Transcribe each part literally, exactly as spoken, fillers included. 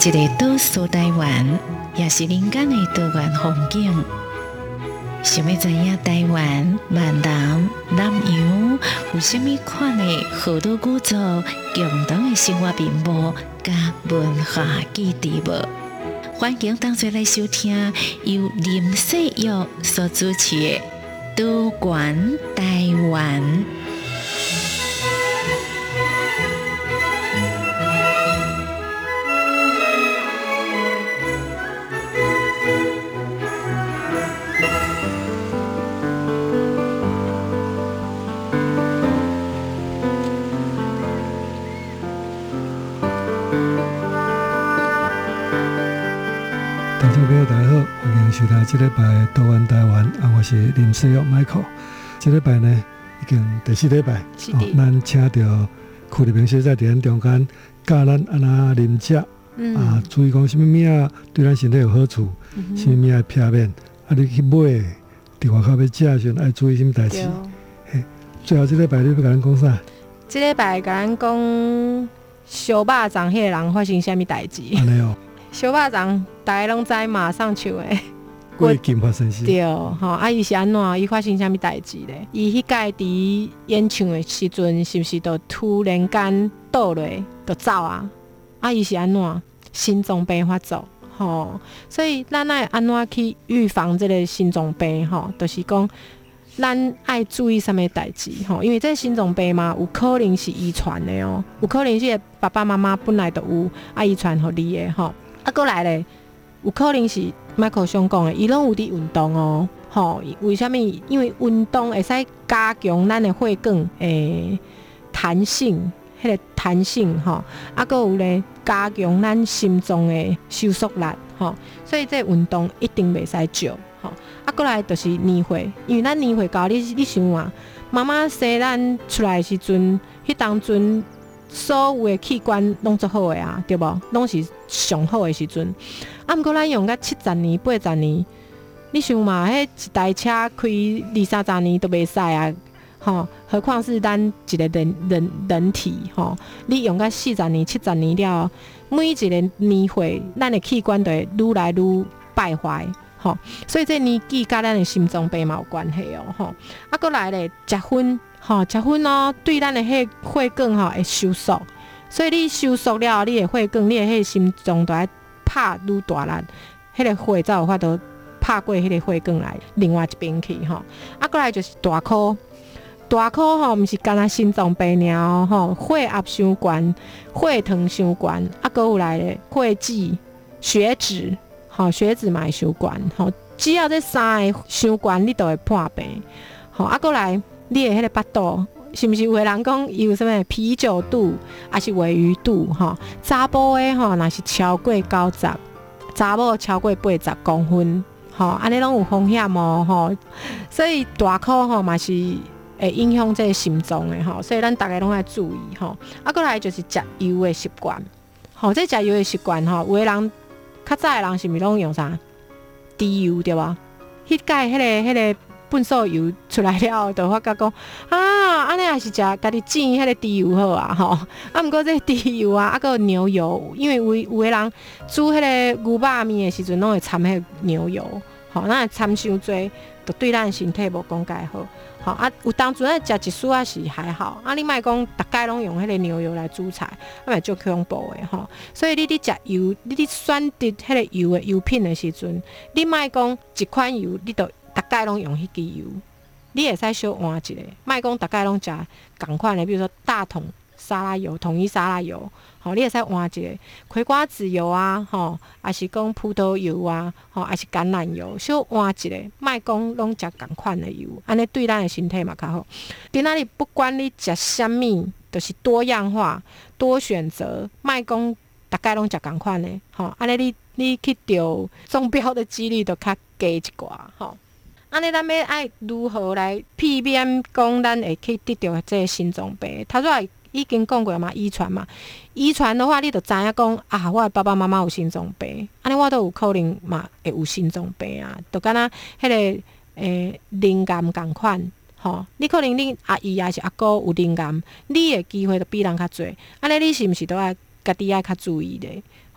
一个岛苏台湾，也是人间的多元风景。想要知影台湾闽南南洋有什么款的好多古早共同的生活面貌甲文化基地无？欢迎同齐来收听由林世玉所主持的《多元台湾》。 听众朋友大家好，欢迎收听这礼拜的多元台湾啊，我是林世玉 Michael。这礼拜呢已经第四礼拜， 是的， 哦、咱请到邱立明小姐在咱中间教咱安那啉食、嗯、啊，注意讲什么物啊对咱身体有好处，嗯、什么物啊避免啊，你去买伫外口要食的时候爱注意什么代志？嘿，最后这礼拜你要甲咱讲啥？ 这礼拜甲咱讲烧肉粽迄个人发生什么代志？ 安尼哦。 烧肉粽大家拢知马上唱诶， 过金发生事。 对，吼，啊，伊是安怎？伊发生什么代志咧？伊迄届伫演唱诶时阵，是毋是就突然间倒落，就走啊？啊，伊是安怎？心脏病发作，吼，所以咱爱安怎去预防这个心脏病？吼，就是讲咱爱注意什么代志？吼，因为这心脏病嘛，有可能是遗传的哦，有可能是爸爸妈妈本来就有，啊，遗传互你的吼。啊，过来咧，有可能是 Michael 想讲的，伊拢有伫运动哦，吼，为什么？因为运动会使加强咱的血管诶弹性，迄、那个弹性吼，啊，搁有咧加强咱心脏的收缩力，吼，所以这运动一定袂使少，吼。啊，过来就是年岁，因为咱年岁高，你你想啊，妈妈生咱出来的时阵，迄当阵。所有的器官拢足好的啊，对无？拢是上好的时阵。啊，毋过咱用到七十年、八十年，你想嘛，迄一台车开二三十年都袂使啊，吼！何况是咱一个人人人体，吼！你用到四十年、七十年了，每一个年岁，咱的器官就会愈来愈败坏，吼！所以这年纪甲咱的心脏病嘛有关系哦，吼！啊，过来咧，食薰。吼，食薰哦，对咱的迄血管吼会收缩，所以你收缩了，你的血管，你的迄心脏就爱拍愈大力，迄、那个血才有法度拍过迄个血管来另外一边去吼。啊，过来就是大箍，大箍吼，毋是干那心脏病尔吼，血压伤悬，血糖伤悬，啊，搁有来咧血脂、血脂，吼，血脂嘛会伤悬，吼，只要这三个伤悬，你就会破病，吼，啊，过来。你的迄个巴肚，是毋是有的人讲有什么啤酒肚，还是鲔鱼肚？吼，查甫的吼，若是超过九十，查某超过八十公分，吼，安尼拢有风险哦，吼。所以大箍吼嘛是会影响这个心脏的吼，所以咱大家拢要注意吼。啊，过来就是食油的习惯，吼，这食油的习惯吼，有的人较早的人是毋是拢用啥？猪油对吧？迄届迄个迄个。那个粪扫油出来了，就发觉讲啊，安尼也是食家己煎迄个猪油好啊，吼。啊，毋过这猪油啊，啊个牛油，因为有有的人煮迄个牛肉面的时阵，拢会掺迄个牛油，吼，那掺伤多，就对咱身体无讲介好。好啊，有当阵咧食一丝啊是还好，啊你莫讲逐概拢用迄个牛油来煮菜，啊嘛足恐怖的吼。所以你伫食油，你伫选择迄个油的油品的时阵，你莫讲一款油，你就逐概拢用迄支油，你会使小换一个，莫讲逐概拢食同款的，比如说大桶沙拉油、统一沙拉油，吼，你会使换一个葵瓜子油啊，吼，还是讲葡萄油啊，吼，还是橄榄油，小换一个，莫讲拢食同款的油，安尼对咱的身体嘛较好。今仔日不管你食啥物，就是多样化、多选择，莫讲逐概拢食同款的，吼，安尼你你去着中标的几率就较低一寡，吼。安尼咱要爱如何来避免讲咱会去得到这个心脏病？头先已经讲过嘛，遗传嘛，遗传的话，你就知影讲啊，我的爸爸妈妈有心脏病，安尼我都有可能嘛会有心脏病啊，就敢若迄个诶灵感共款，吼，你可能你阿姨还是阿哥有灵感，你的机会就比人较侪，安尼你是毋是都爱家己爱较注意咧？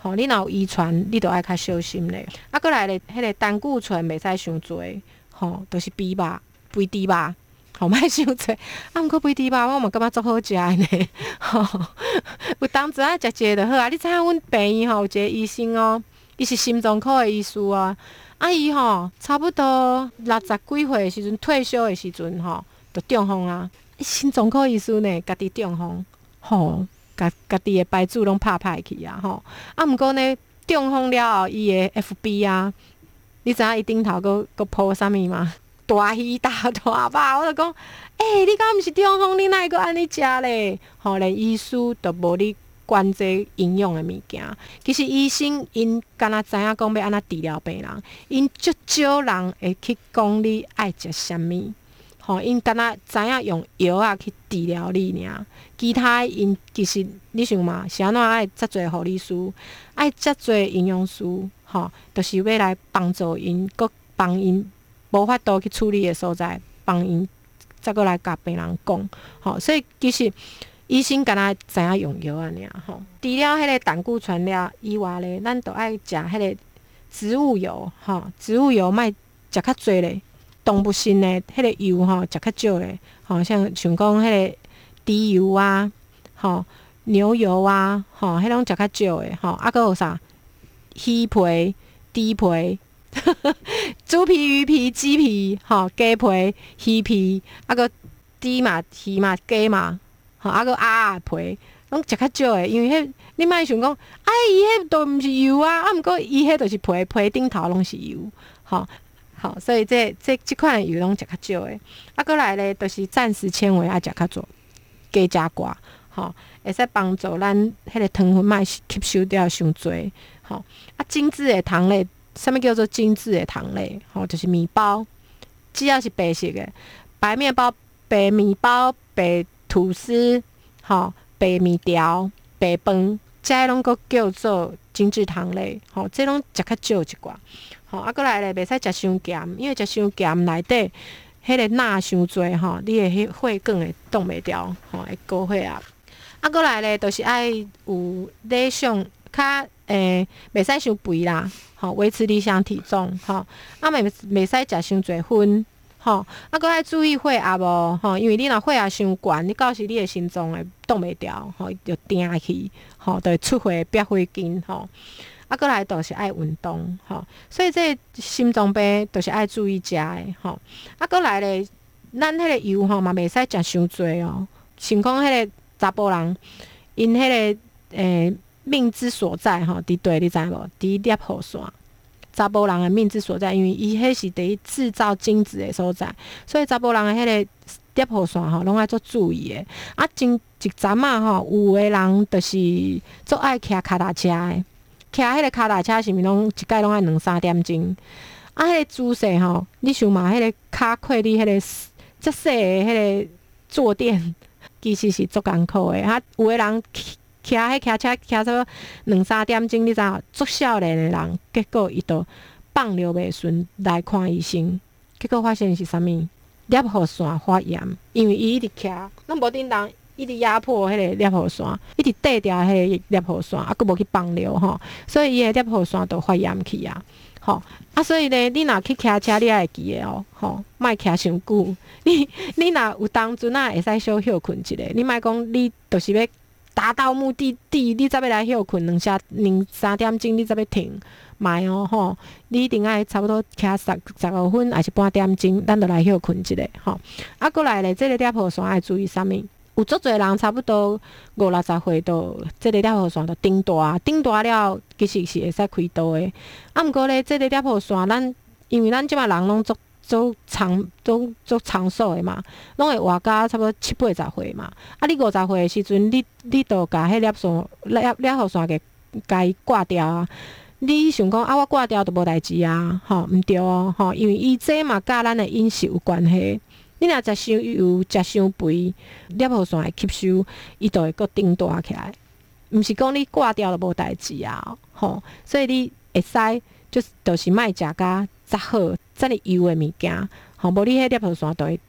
吼，你若有遗传，你就爱较小心咧。啊，过来咧，迄个胆固醇袂使伤多，吼，都、就是肥肉、肥猪肉，吼，莫伤多。啊，毋过肥猪肉我嘛感觉足好食的呢，吼，有当阵啊食一个就好啊。你知影阮病院吼有一个医生哦，伊是心脏科的医师啊。啊，伊吼差不多六十几岁的时阵退休的时阵吼，就中风啊。心脏科医师呢，家己中风，吼。家家己的牌子拢拍歹去啊吼，啊毋过呢中风了后，伊的 F B 啊，你知影伊顶头佫佫 po 啥物吗？大鱼大大肉，我就讲，诶、欸，你敢毋是中风？你哪会佫安尼食咧？吼，连医师都无你管这营养的物件。其实医生因敢若知影讲要安怎治疗病人，因足少人会去讲你爱食啥物。吼，因敢若知影用药啊去治疗你尔，其他因其实你想嘛，是安怎爱遮侪护理师，爱遮侪营养师，吼，就是要来帮助因，佮帮因无法度去处理的所在，帮因再佮来甲病人讲，吼，所以其实医生敢若知影用药啊尔，吼，除了迄个胆固醇了以外咧，咱都爱食迄个植物油，吼，植物油莫食较侪咧。动物性的迄个油吼，食较少咧，吼，像像讲迄个猪油啊，吼，牛油啊，吼，迄种食较少诶，吼，啊，佮有啥？鱼皮、猪皮、猪皮、鱼皮、鸡皮，吼，鸡皮、鱼皮，啊，佮猪嘛、鱼嘛、鸡嘛，吼，啊，佮鸭皮，拢食较少诶，因为迄你莫想讲，哎，伊迄都毋是油啊，啊，毋过伊迄就是皮，皮顶头拢是油，吼。好，所以这这这款油拢食较少诶，啊，过来咧，就是膳食纤维爱食较多，加食寡，吼，会使帮助咱迄个糖分莫吸收掉伤多，吼，啊，精致诶糖类，啥物叫做精致诶糖类？吼，就是面包，只要是白色诶，白面包、白面包、白吐司，吼，白面条、白饭，这拢个叫做精致糖类，吼，这拢食较少一寡。吼，啊，过来咧，袂使食伤咸，因为食伤咸内底迄个钠伤多吼，你的迄血管会挡袂牢，吼，会高血压。啊，过来咧，就是爱有理想，较诶，袂使伤肥啦，吼，维持理想体重，吼，啊，袂袂使食伤侪薰，吼，啊，搁爱注意血压无，吼，因为你若血压伤悬，你到时你的心脏会挡袂牢，吼，就定去，吼，就会出血憋血筋，吼。啊，过来就是爱运动，吼，所以这心脏病就是爱注意食的，吼。啊，过来咧，咱迄个油吼嘛袂使食伤多哦。像讲迄个查甫人，因迄个诶命之所在吼，伫对，你知无？伫粒号线，查甫人的命之所在，因为伊迄是伫制造精子的所在，所以查甫人的迄个粒号线吼，拢爱做注意的。啊，真一阵仔吼，有的人就是做爱骑脚踏车的。骑迄个脚踏车是毋是拢一摆拢爱两三点钟？啊，迄个姿势吼，你想嘛，迄个骹跪伫迄个遮细的迄个坐垫，其实是足艰苦的。啊，有的人骑骑迄骑车骑差不多两三点钟，你知影？足少年的人，结果伊都放尿袂顺来看医生，结果发现是啥物？粒号线发炎，因为伊一直骑，咱无叮当。一直压迫迄个粒号线，一直缀掉迄个粒号线，啊，佫无去放尿吼，所以伊个粒号线都发炎去啊，吼啊，所以咧，你若去骑车，你也会记诶哦，吼，莫骑伤久。你你若有当阵啊，会使小休困一下，你莫讲你就是要达到目的地，你才要来休困两下两三点钟，你才要停，莫哦吼，你一定爱差不多骑十十五分还是半点钟，咱就来休困一下，吼。啊，过来咧，这个粒号线爱注意啥物？有足侪人差不多五六十岁都，这个粒号线就顶大，顶大了其实是会使开刀的。啊，毋过咧，这个粒号线咱因为咱即马人拢足足长足足长寿的嘛，拢会活到差不多七八十岁嘛。啊，你五十岁的时阵，你你都甲迄粒线粒粒号线给甲伊挂掉啊。你想讲啊，我挂掉都无代志啊，吼，毋对哦，吼，因为伊这嘛甲咱的饮食有关系。你若食伤油、食伤肥，粒号线会吸收，伊就会搁顶大起来。毋是讲你挂掉就无代志啊，吼。所以你会使就是就是莫食甲则好，遮尔油的物件，吼，无你迄粒号线就会顶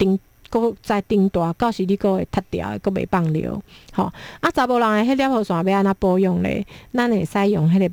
搁再长大，到时你搁会塌掉的，搁袂放流。吼、啊，查某人的迄粒雨伞要安怎保养咧？咱会使用迄个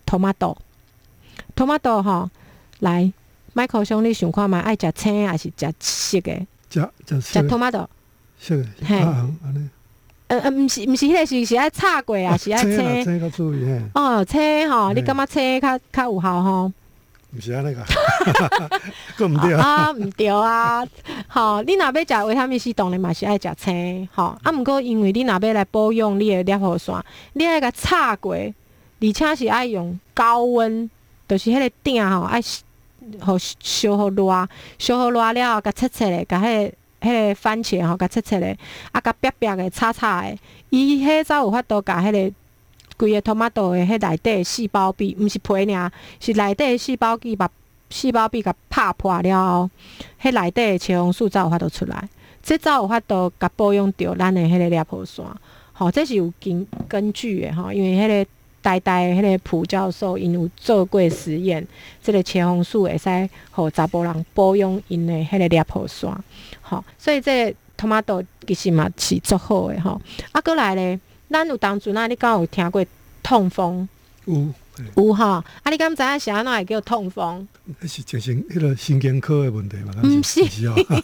토마토，토마토吼，来，麦克兄，你想看觅爱食青还是食熟的？ 食食食토마토。 熟的， 嘿啊安尼。 呃呃，毋是毋是，迄个是是爱炒过啊，是爱青啦， 青。 青较注意嘿。 哦，青吼，你嘿感觉青较较有效吼？ 毋是安尼个，佫毋对啊，毋对啊！吼，你若要食维他命 C， 当然嘛是爱食青吼。啊，毋过因为你若要来保养你的粒雨伞，你爱甲炒过，而且是爱用高温，就是迄个鼎吼爱互烧互热，烧互热了后，甲切切的，甲迄个。迄个番茄吼，甲切切的，啊，甲煸煸的、炒炒的，伊迄才有法度甲迄个规个 tomato 的迄内底的细胞壁，毋是皮尔，是内底的细胞壁把细胞壁甲拍破了后，迄内底的茄红素才有法度出来，这才有法度甲保养着咱的迄个粒雨伞。吼，这是有根根据的吼，因为迄个台大的迄个蒲教授因有做过实验，即、这个茄红素会使互查甫人保养因的迄个粒雨伞。吼，所以这个 tomato 其实嘛是足好的吼。啊，过来咧，咱有当阵啊，你敢有听过痛风？ 有有吼。啊，你敢知影是安怎会叫痛风？ 迄是精神迄个神经科的问题嘛？ 毋是， 迄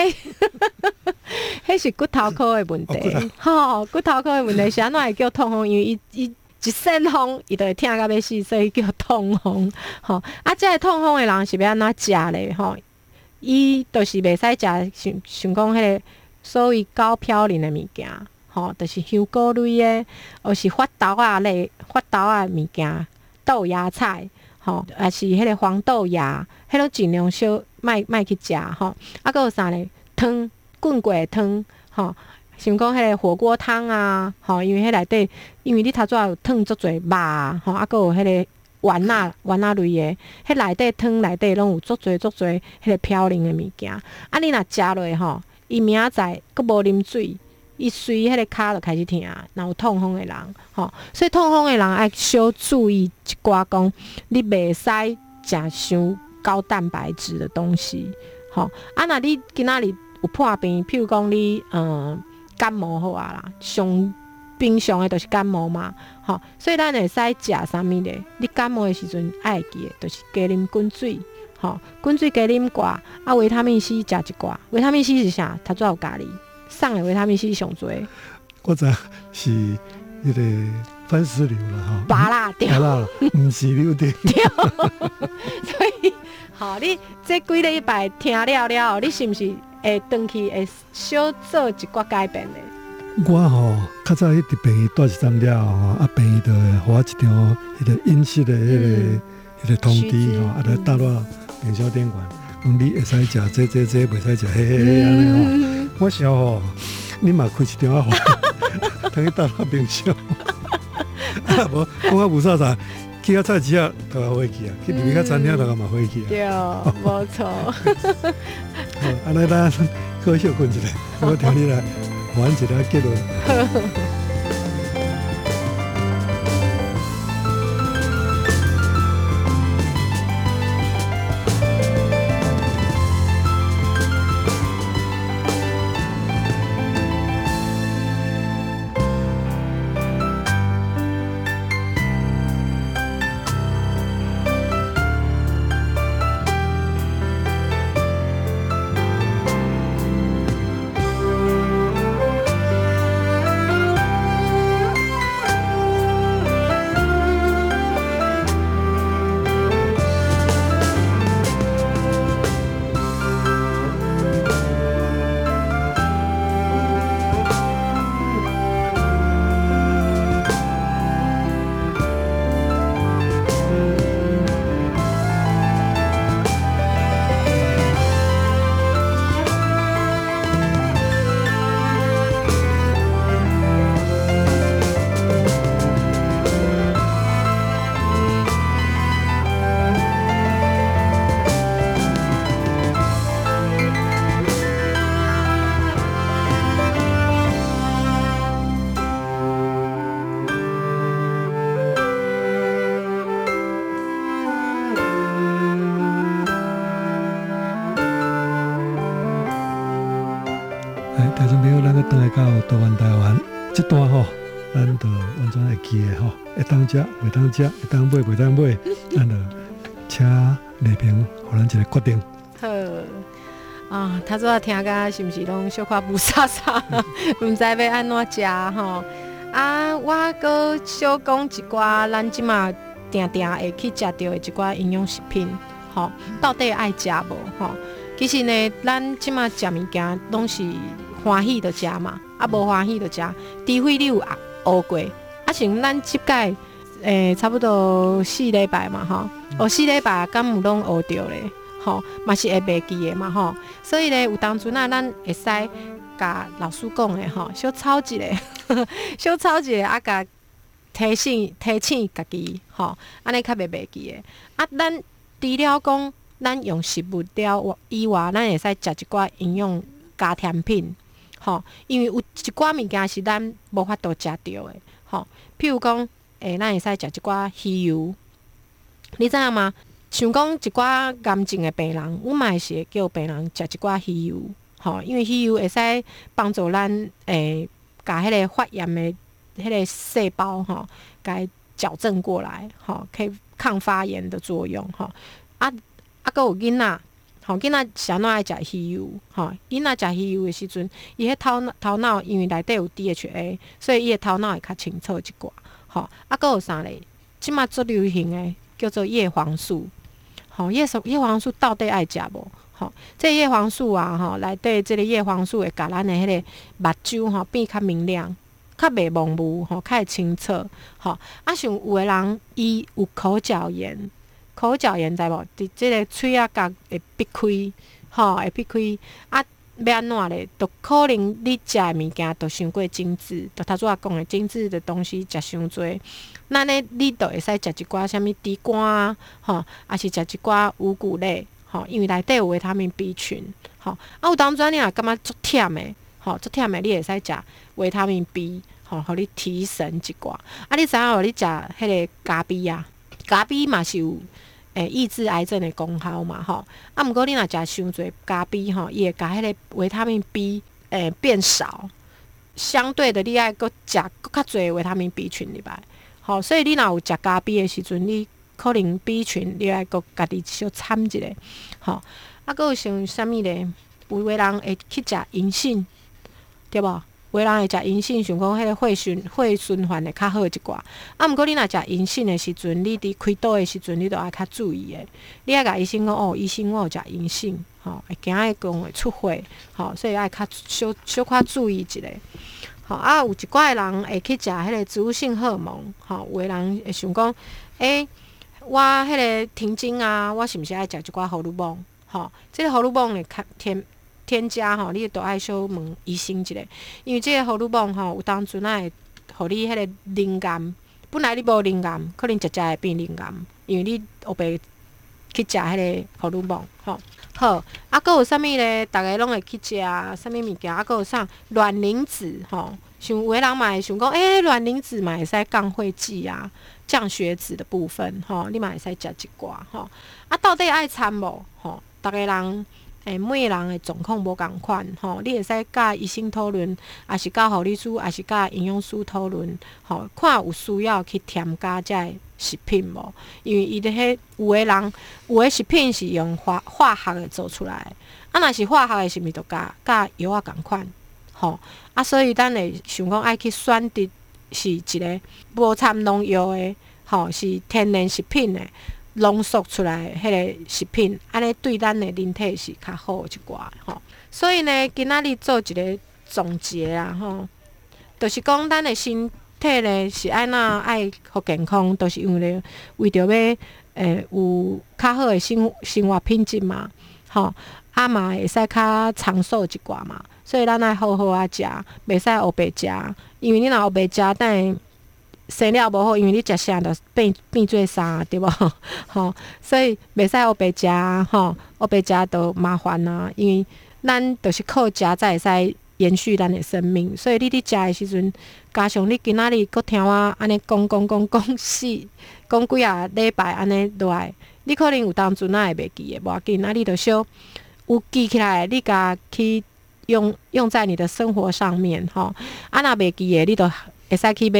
迄是骨頭科的問題。吼、哦，骨頭科的問題是安怎會叫痛風？因為伊伊一陣風，伊就會痛到要死，所以叫痛風。吼、哦，啊，這個痛風的人是要安怎食咧？吼、哦。伊就是袂使食像像讲迄個所謂高嘌呤的物件，吼，就是香菇類的，或是發豆啊類發豆啊物件，豆芽菜，吼，也是迄個黃豆芽，迄種盡量少莫莫去食，吼。啊，閣有啥咧？湯滾過的湯，吼，像講迄個火鍋湯啊，吼，因為迄內底，因為你頭拄仔有燙足濟肉啊，吼，啊，閣有迄個。丸仔丸仔類的，迄內底湯內底攏有足濟足濟迄個嘌呤的物件。啊，你若食落吼，伊明仔載閣無啉水，伊隨迄個骹就開始疼。若有痛風的人，吼，所以痛風的人愛小注意一寡講，你袂使食傷高蛋白質的東西，吼。啊，若你今仔日有破病，譬如講你嗯感冒好啊啦，上。平常的就是感冒嘛，吼，所以咱會使食啥物咧？你感冒的時陣愛記的，就是加啉滾水，吼，滾水加啉寡，啊，維他命 C 食一寡。維他命 C 是啥？它主要有咖喱，送的維他命 C 上多。 我知是迄個番石榴啦，吼， 芭樂對， 芭樂啦，毋是榴對。 對，所以，吼，你這幾禮拜聽了了，你是毋是會轉去會小做一寡改變咧？ 我吼較早迄佇病院住一陣了後吼，啊病院就會互我一張迄個飲食的迄、那個迄、嗯那個通知吼，啊來搭落營銷電管，講你會使食這這這，袂使食迄迄安尼吼。我想吼，你嘛開一張啊吼，等於搭落冰箱。啊無，講啊無啥啥，去到菜市啊，都要回去啊；去入去到餐廳，都要嘛回去啊。 對，無錯。 好，安尼咱好休困一下，我聽你來。完一個結論。 咱会记的吼，会当食袂当食，会当买袂当买，咱就请丽萍互咱一个决定。 好啊，他说听个是毋是拢小可不沙沙，毋知要安怎食吼。啊，我阁小讲一寡咱即马定定会去食到的一寡营养食品，吼，到底爱食无吼？其实呢，咱即马食物件拢是欢喜就食嘛，啊无欢喜就食，除非你有学过。啊，像咱即届诶，差不多四礼拜嘛，吼，学四礼拜，敢有拢学着咧，吼，嘛是会袂记的嘛，吼。所以咧，有当阵啊，咱会使甲老师讲的吼，小抄一个，小抄一个，啊，甲提醒提醒家己，吼，安尼较袂袂记的。啊，咱除了讲，咱用食物了以外，咱会使食一寡营养加甜品，吼，因为有一寡物件是咱无法度食到的，吼，譬如讲。诶，咱会使食一寡鱼油，你知影吗？像讲一寡癌症的病人，阮嘛是会叫病人食一寡鱼油，吼，因为鱼油会使帮助咱诶，甲迄个发炎的迄个细胞吼，甲矫正过来，吼，可以抗发炎的作用，吼。啊啊，搁有囡仔，吼，囡仔是安怎爱食鱼油，吼，囡仔食鱼油的时阵，伊迄头头脑因为内底有 D H A， 所以伊的头脑会较清楚一寡。吼，啊，搁有啥咧？即马最流行诶，叫做叶黄素。吼，叶叶黄素到底爱食无？吼，这叶黄素啊，吼，内底即个叶黄素会甲咱诶迄个目睭吼变较明亮，较袂模糊，吼，较会清澈。吼，啊，像有诶人伊有口角炎，口角炎知无？伫即个喙仔角会闭开，吼，会闭开。啊，要安怎咧？就可能你食的物件都伤过精致，就头拄仔讲的精致的东西食伤多，那呢你就会使食一寡啥物猪肝啊，吼，还是食一寡五谷类，吼，因为内底有维他命 B 群，吼，啊有当阵你若感觉足忝的，吼，足忝的你会使食维他命 B， 吼，互你提神一寡。啊，你知影无？你食迄个咖啡啊，咖啡嘛是有。诶，抑制癌症的功效嘛，吼。啊，毋过你若食伤侪咖啡吼，伊会甲迄个维他命 B 诶变少，相对的，你爱搁食搁较侪维他命 B 群入来，吼。所以你若有食咖啡的时阵，你可能 B 群你爱搁家己小掺一下，吼。啊，搁有像啥物咧？有诶人会去食银杏，对无？有的人会食银杏，想讲迄个血循血循环会较好一寡。啊，毋过你若食银杏的时阵，你伫开刀的时阵，你都爱较注意的。你爱甲医生讲哦，医生我有食银杏，吼，会惊伊讲会出血，吼，所以爱较小小可注意一下。吼，啊，有一寡的人会去食迄个植物性荷尔蒙，吼，有的人会想讲，诶、欸，我迄个停经啊，我是毋是爱食一寡荷尔蒙？吼，即、这个荷尔蒙会较添。添加吼，你都爱小问医生一下，因为即个荷尔蒙吼，有当阵啊会互你迄个灵感，本来你无灵感，可能食食会变灵感，因为你后白去食迄个荷尔蒙吼。好，啊，搁有啥物咧？逐个拢会去食啥物物件？啊，搁有啥卵磷脂吼？像有的人嘛会想讲，诶、欸，卵磷脂嘛会使降血脂啊，降血脂的部分吼，你嘛会使食一寡吼。啊，到底爱掺无吼？逐个人。诶，每个人的状况无共款，吼，你会使甲医生讨论，还是甲护理师，还是甲营养师讨论，吼，看有需要去添加这个食品无？因为伊的迄有的人，有的食品是用化化学的做出来的，啊，若是化学的，是毋是就甲甲药啊共款，吼？啊，所以咱会想讲爱去选择是一个无掺农药的，吼，是天然食品的。浓缩出来迄个食品，安尼对咱的人体是较好一寡吼。所以呢，今仔日做一个总结啊，吼，就是讲咱的身体呢是安那爱互健康，都、就是因为咧为着要诶有较好的生生活品质嘛，吼，啊嘛会使较长寿一寡嘛。所以咱爱好好啊食，袂使黑白食，因为你若黑白食，等下。生了无好，因为你食啥就变变做啥，对无？吼，所以袂使黑白食，吼，黑白食就麻烦啊。因为咱就是靠食才会使延续咱的生命，所以你伫食的时阵，加上你今仔日搁听我安尼讲讲讲讲死，讲几啊礼拜安尼落来，你可能有当阵啊会袂记的，无要紧，啊你就小有记起来，你甲去用用在你的生活上面，吼。啊若袂记的，你就会使去买一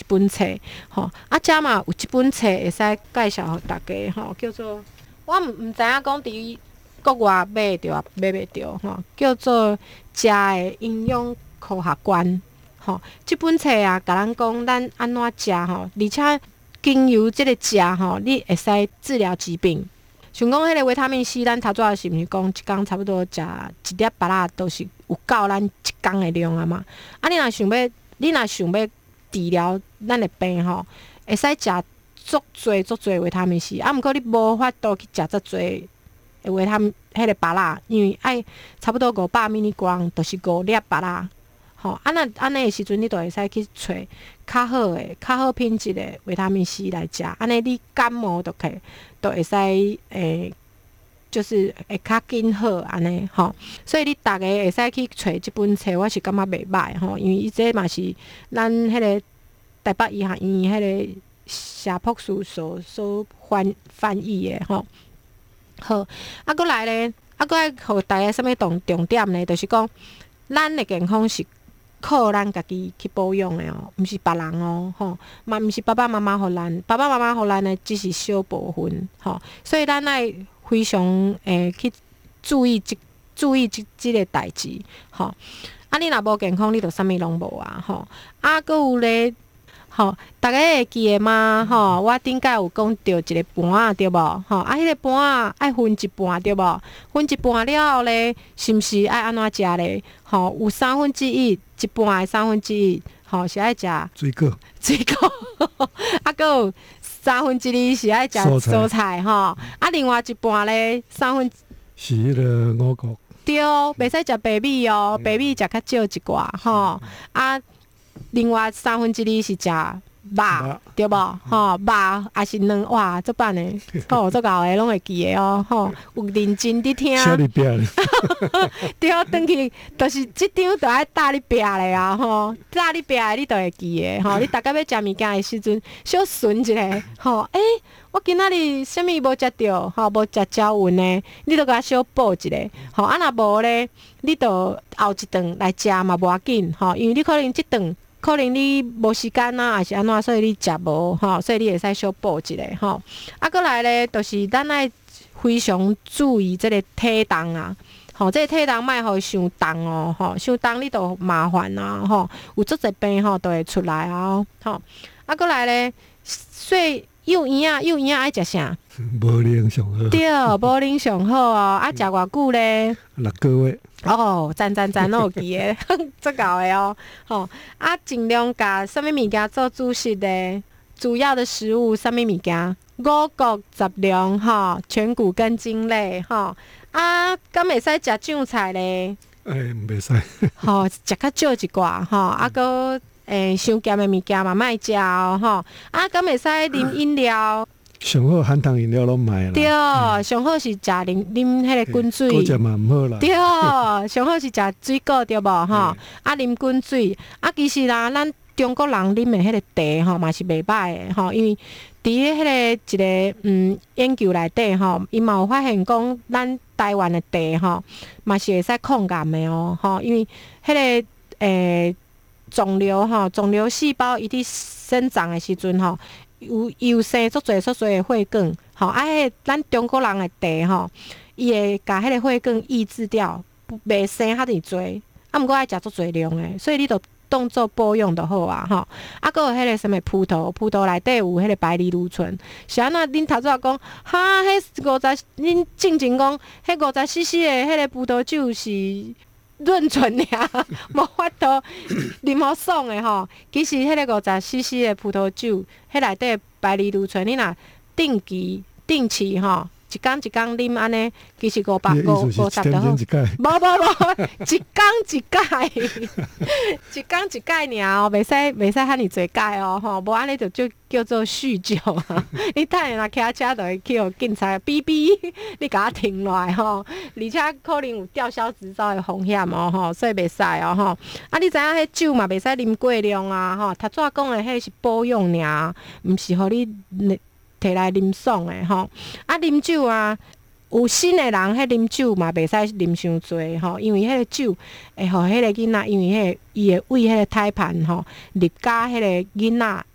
一本册，吼啊，遮嘛有一本册会使介绍互大家，吼，叫做我毋毋知影讲伫国外买着啊，买袂着吼，叫做《食的营养科学观》吼。即本册啊，甲咱讲咱安怎食吼，而且经由即个食吼，你会使治疗疾病。像讲迄个维他命 C， 咱头早是毋是讲一工差不多食一粒巴拉，都是有够咱一工的量啊嘛。啊，你若想要，你若想要治疗咱的病吼，会使食足侪足侪维他命 C。啊，毋过你无法度去食足侪的维他命迄个巴拉，因为爱差不多五百 milligram， 就是五粒巴拉。吼，啊那安尼的时阵，你就会使去找较好的、较好品质的维他命 C 来食。安尼你感冒都可以，都会使诶，就是会较紧好安尼吼。所以你逐个会使去找即本册，我是感觉袂歹吼，因为伊这嘛是咱迄个台北医学院迄个夏博士所所翻翻译的吼。好，啊，过来咧，啊，过来互大家啥物重重点咧，就是讲咱的健康是靠咱家己去保养的哦，毋是别人哦，吼，嘛毋是爸爸妈妈互咱，爸爸妈妈互咱的只是小部分，吼，所以咱爱非常诶去注意即注意即即个代志，吼。啊，你若无健康，你就啥物拢无啊，吼。啊，搁有咧。吼，大家会记诶吗？吼，我顶摆有讲到一个盘啊，对无？吼，啊，迄个盘啊，爱分一半，对无？分一半了后咧，是毋是爱安怎食咧？吼，有三分之一，一半诶三分之一，吼是爱食水果， 水果，啊，搁有三分之二是爱食蔬菜，吼，啊，另外一半咧，三分是迄个五谷， 对，袂使食白米哦，白米食较少一寡，吼，啊。另外三分之二是食肉，对无？吼，肉也是两哇，做办的，吼，做搞的拢会记的哦，吼，有认真伫听。 写你壁咧。 对，转去就是即张就爱搭你壁咧啊，吼，搭你壁的你就会记的，吼，你大概要食物件的时阵，小顺一下，吼，诶、欸，我今仔日啥物无食着，吼，无食鸟云呢，你就甲小补一下，吼，啊若无咧，你就后一顿来食嘛无要紧，吼，因为你可能即顿。可能你无时间啊，还是安怎，所以你食无吼，所以你会使小补一下吼。啊，过来咧，就是咱爱非常注意即个体重啊，吼，即、这个体重莫互伤重哦，吼，伤重你就麻烦啊，吼，有足侪病吼都会出来啊，吼。啊，过来咧，所以幼婴啊，幼婴爱食啥？ 无龄上好。 对，无龄上好哦。啊，食偌久咧？ 六个月。 哦，赞赞赞，拢有记诶，足够诶哦。吼，啊，尽量甲啥物物件做主食咧？主要的食物啥物物件？五谷杂粮吼，全谷根茎类吼。啊，敢会使食酱菜咧？ 诶，袂使。 吼，食较少一寡吼，啊，搁诶，伤咸诶物件嘛，莫食哦吼。啊，敢会使啉饮料？ 上好含糖饮料拢卖啦。 对，上好是食啉啉迄个滚水。 果汁嘛毋好啦。 对，上好是食水果对无吼？啊，啉滚水。啊，其实啦，咱中国人啉的迄个茶吼，嘛是袂歹的吼，因为伫迄个一个嗯研究内底吼，伊嘛有发现讲，咱台湾的茶吼，嘛是会使抗癌的哦吼，因为迄个诶肿瘤吼，肿瘤细胞伊伫生长的时阵吼。有有生足侪足侪的血管，吼，啊，迄咱中国人的茶吼，伊会甲迄个血管抑制掉，袂生遐尼侪，啊，毋过爱食足侪量的，所以你着当做保养就好啊，吼，啊，搁有迄个什么葡萄，葡萄内底有迄个白藜芦醇，是安那恁头早讲，哈，迄五十，恁进前讲，迄五十 C C 的迄个葡萄酒是。润唇尔，无法度啉好爽的吼。其实迄个五十 C C 的葡萄酒，迄内底白藜芦醇，你若定期、定期吼，一工一工啉安尼，其实五百五五十就好。无无无，一工一届，一工一届尔哦，袂使袂使遐尼侪届哦吼，无安尼就就叫做酗酒啊！你等下若骑车就会去互警察哔哔，你甲我停落来吼，而且可能有吊销执照的风险哦吼，所以袂使哦吼。啊，你知影迄酒嘛袂使啉过量啊吼，头早讲的迄是保养尔，毋是互你摕来啉爽的吼。啊，啉酒啊，有新的人迄啉酒嘛袂使啉伤多吼，因为迄个酒会互迄个囡仔，因为迄个伊会为迄个胎盘吼，入甲迄个囡仔。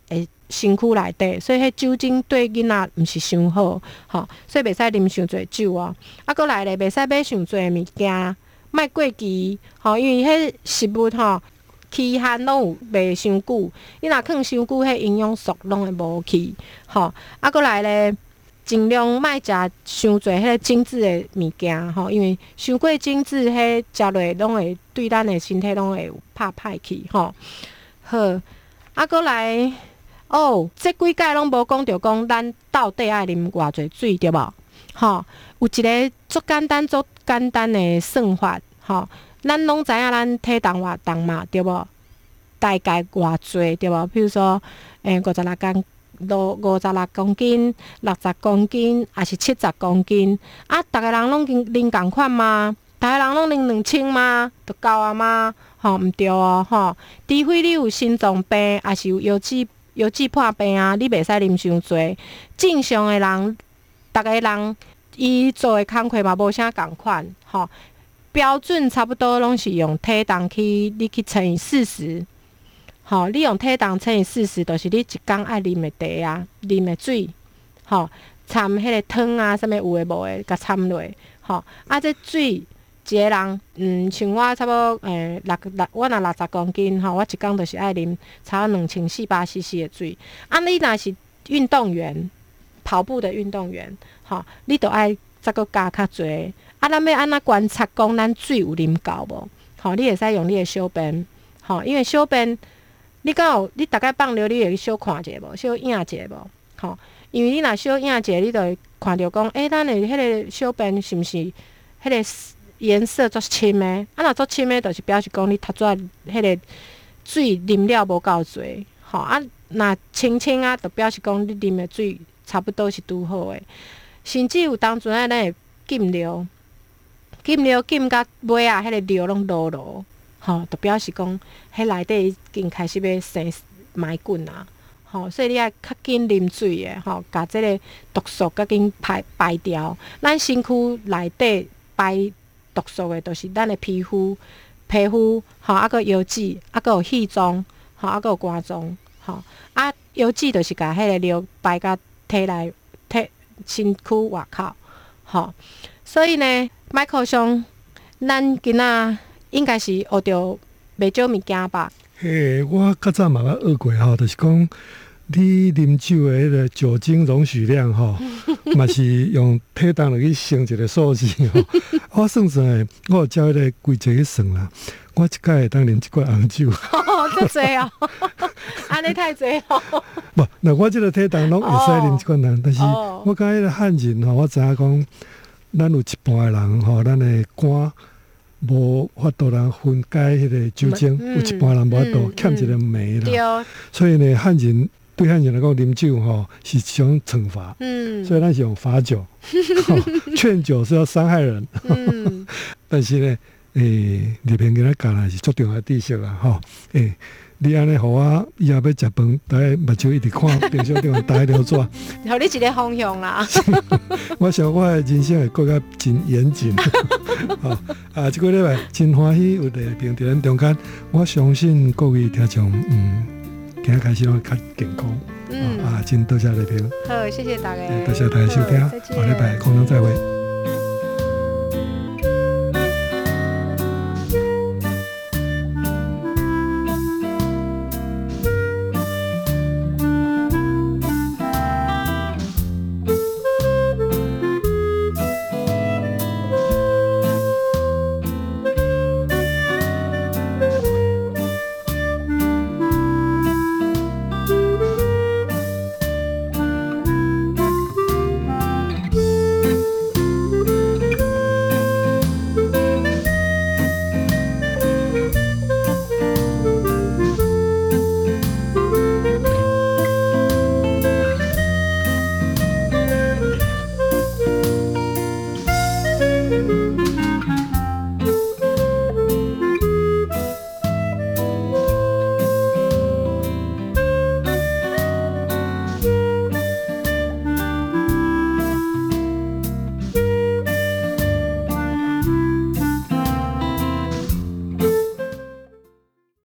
身躯内底，所以迄酒精对囡仔毋是伤好，吼，所以袂使啉伤侪酒哦。啊，搁来咧，袂使买伤侪物件，莫过期，吼，因为迄食物吼期限拢有袂伤久，你若放伤久，迄营养素拢会无去，吼。啊，搁来咧，尽量莫食伤侪迄个精致的物件，吼，因为伤过精致，迄食落拢会对咱的身体拢会有拍歹去，吼。好，啊，搁来。哦，这几届拢无讲着讲，咱到底爱啉偌侪水，对无？吼，有一个足简单、足简单的算法，吼，咱拢知影咱体重偌重嘛，对无？大概偌侪，对无？比如说，诶、欸，五十六公六五十六公斤、六十公斤，还是七十公斤？啊，逐个人拢啉共款吗？逐个人拢啉两千吗？就够啊吗？吼，毋对哦，吼，除非你有心脏病，还是有腰子。腰子破病啊，你袂使啉伤侪。正常的人，逐个人伊做的工课嘛无啥共款，吼。标准差不多拢是用体重去，你去乘以四十，吼。你用体重乘以四十，就是你一工爱啉的茶啊，啉的水，吼，掺迄个汤啊，啥物有诶无诶，甲掺落，吼。啊，这水。一个人，嗯，像我差不多，诶、欸，六六，我若六十公斤吼，我一工就是爱啉差两千四百 C C 的水。啊，你若是运动员，跑步的运动员，吼，你都爱再搁加较侪。啊，咱要安怎观察讲咱水有啉够无？吼，你会使用你的小便，吼，因为小便，你敢有你大概放尿，你会小看者无？小影者无？吼，因为你若小影者，你就会看着讲，诶、欸，咱的迄个小便是毋是迄个？颜色足深的，啊，若足深的，就是表示讲你头仔迄个水啉了无够侪，吼啊，若清清啊，就表示讲你啉的水差不多是拄好的。甚至有当阵啊，咱会浸尿，浸尿浸到尾啊，迄个尿拢落落，吼，就表示讲迄内底已经开始要生霾菌啊，吼，所以你爱较紧啉水的，吼，甲即个毒素较紧排排掉，咱身躯内底排。毒素的，就是咱的皮肤、皮肤，吼，啊个油脂，啊个有气中，吼，啊个有肝脏，吼，啊油脂就是甲迄个尿排到体内、体身躯外口，吼，所以呢，麦克上，咱今仔应该是学着袂少物件吧？ 嘿，我较早嘛捌学过吼，就是讲你啉酒的迄个酒精容许量吼，嘛是用体重来去算一个数字吼。我算算诶，我有照迄个规则去算啦。我一届会当啉一罐红酒。 哦，这侪哦，安尼太侪咯。 无，那我即个体重拢会使啉一罐红，但是我感觉迄个汉人吼，我知影讲，咱有一半诶人吼，咱诶肝无法度通分解迄个酒精，嗯、有一半人无法度欠一个酶啦。嗯、所以呢，汉人。对汉人来讲，啉酒吼是一种惩罚，嗯，所以咱是用罚酒，劝酒是要伤害人，嗯、但是呢，诶、欸，入面给咱教的是足重要的知识啦，吼，诶、欸，你安尼互我以后要食饭，大家目睭一直看冰箱顶打一条纸， 互你一个方向啦。 我想我的人生会过较真严谨，吼啊，这个礼拜真欢喜有来宾伫咱中间，我相信各位听众，嗯。今日开始拢较健康，嗯、啊，真多谢来宾。 好，谢谢大家， 多谢大家收听，下礼拜空中再会。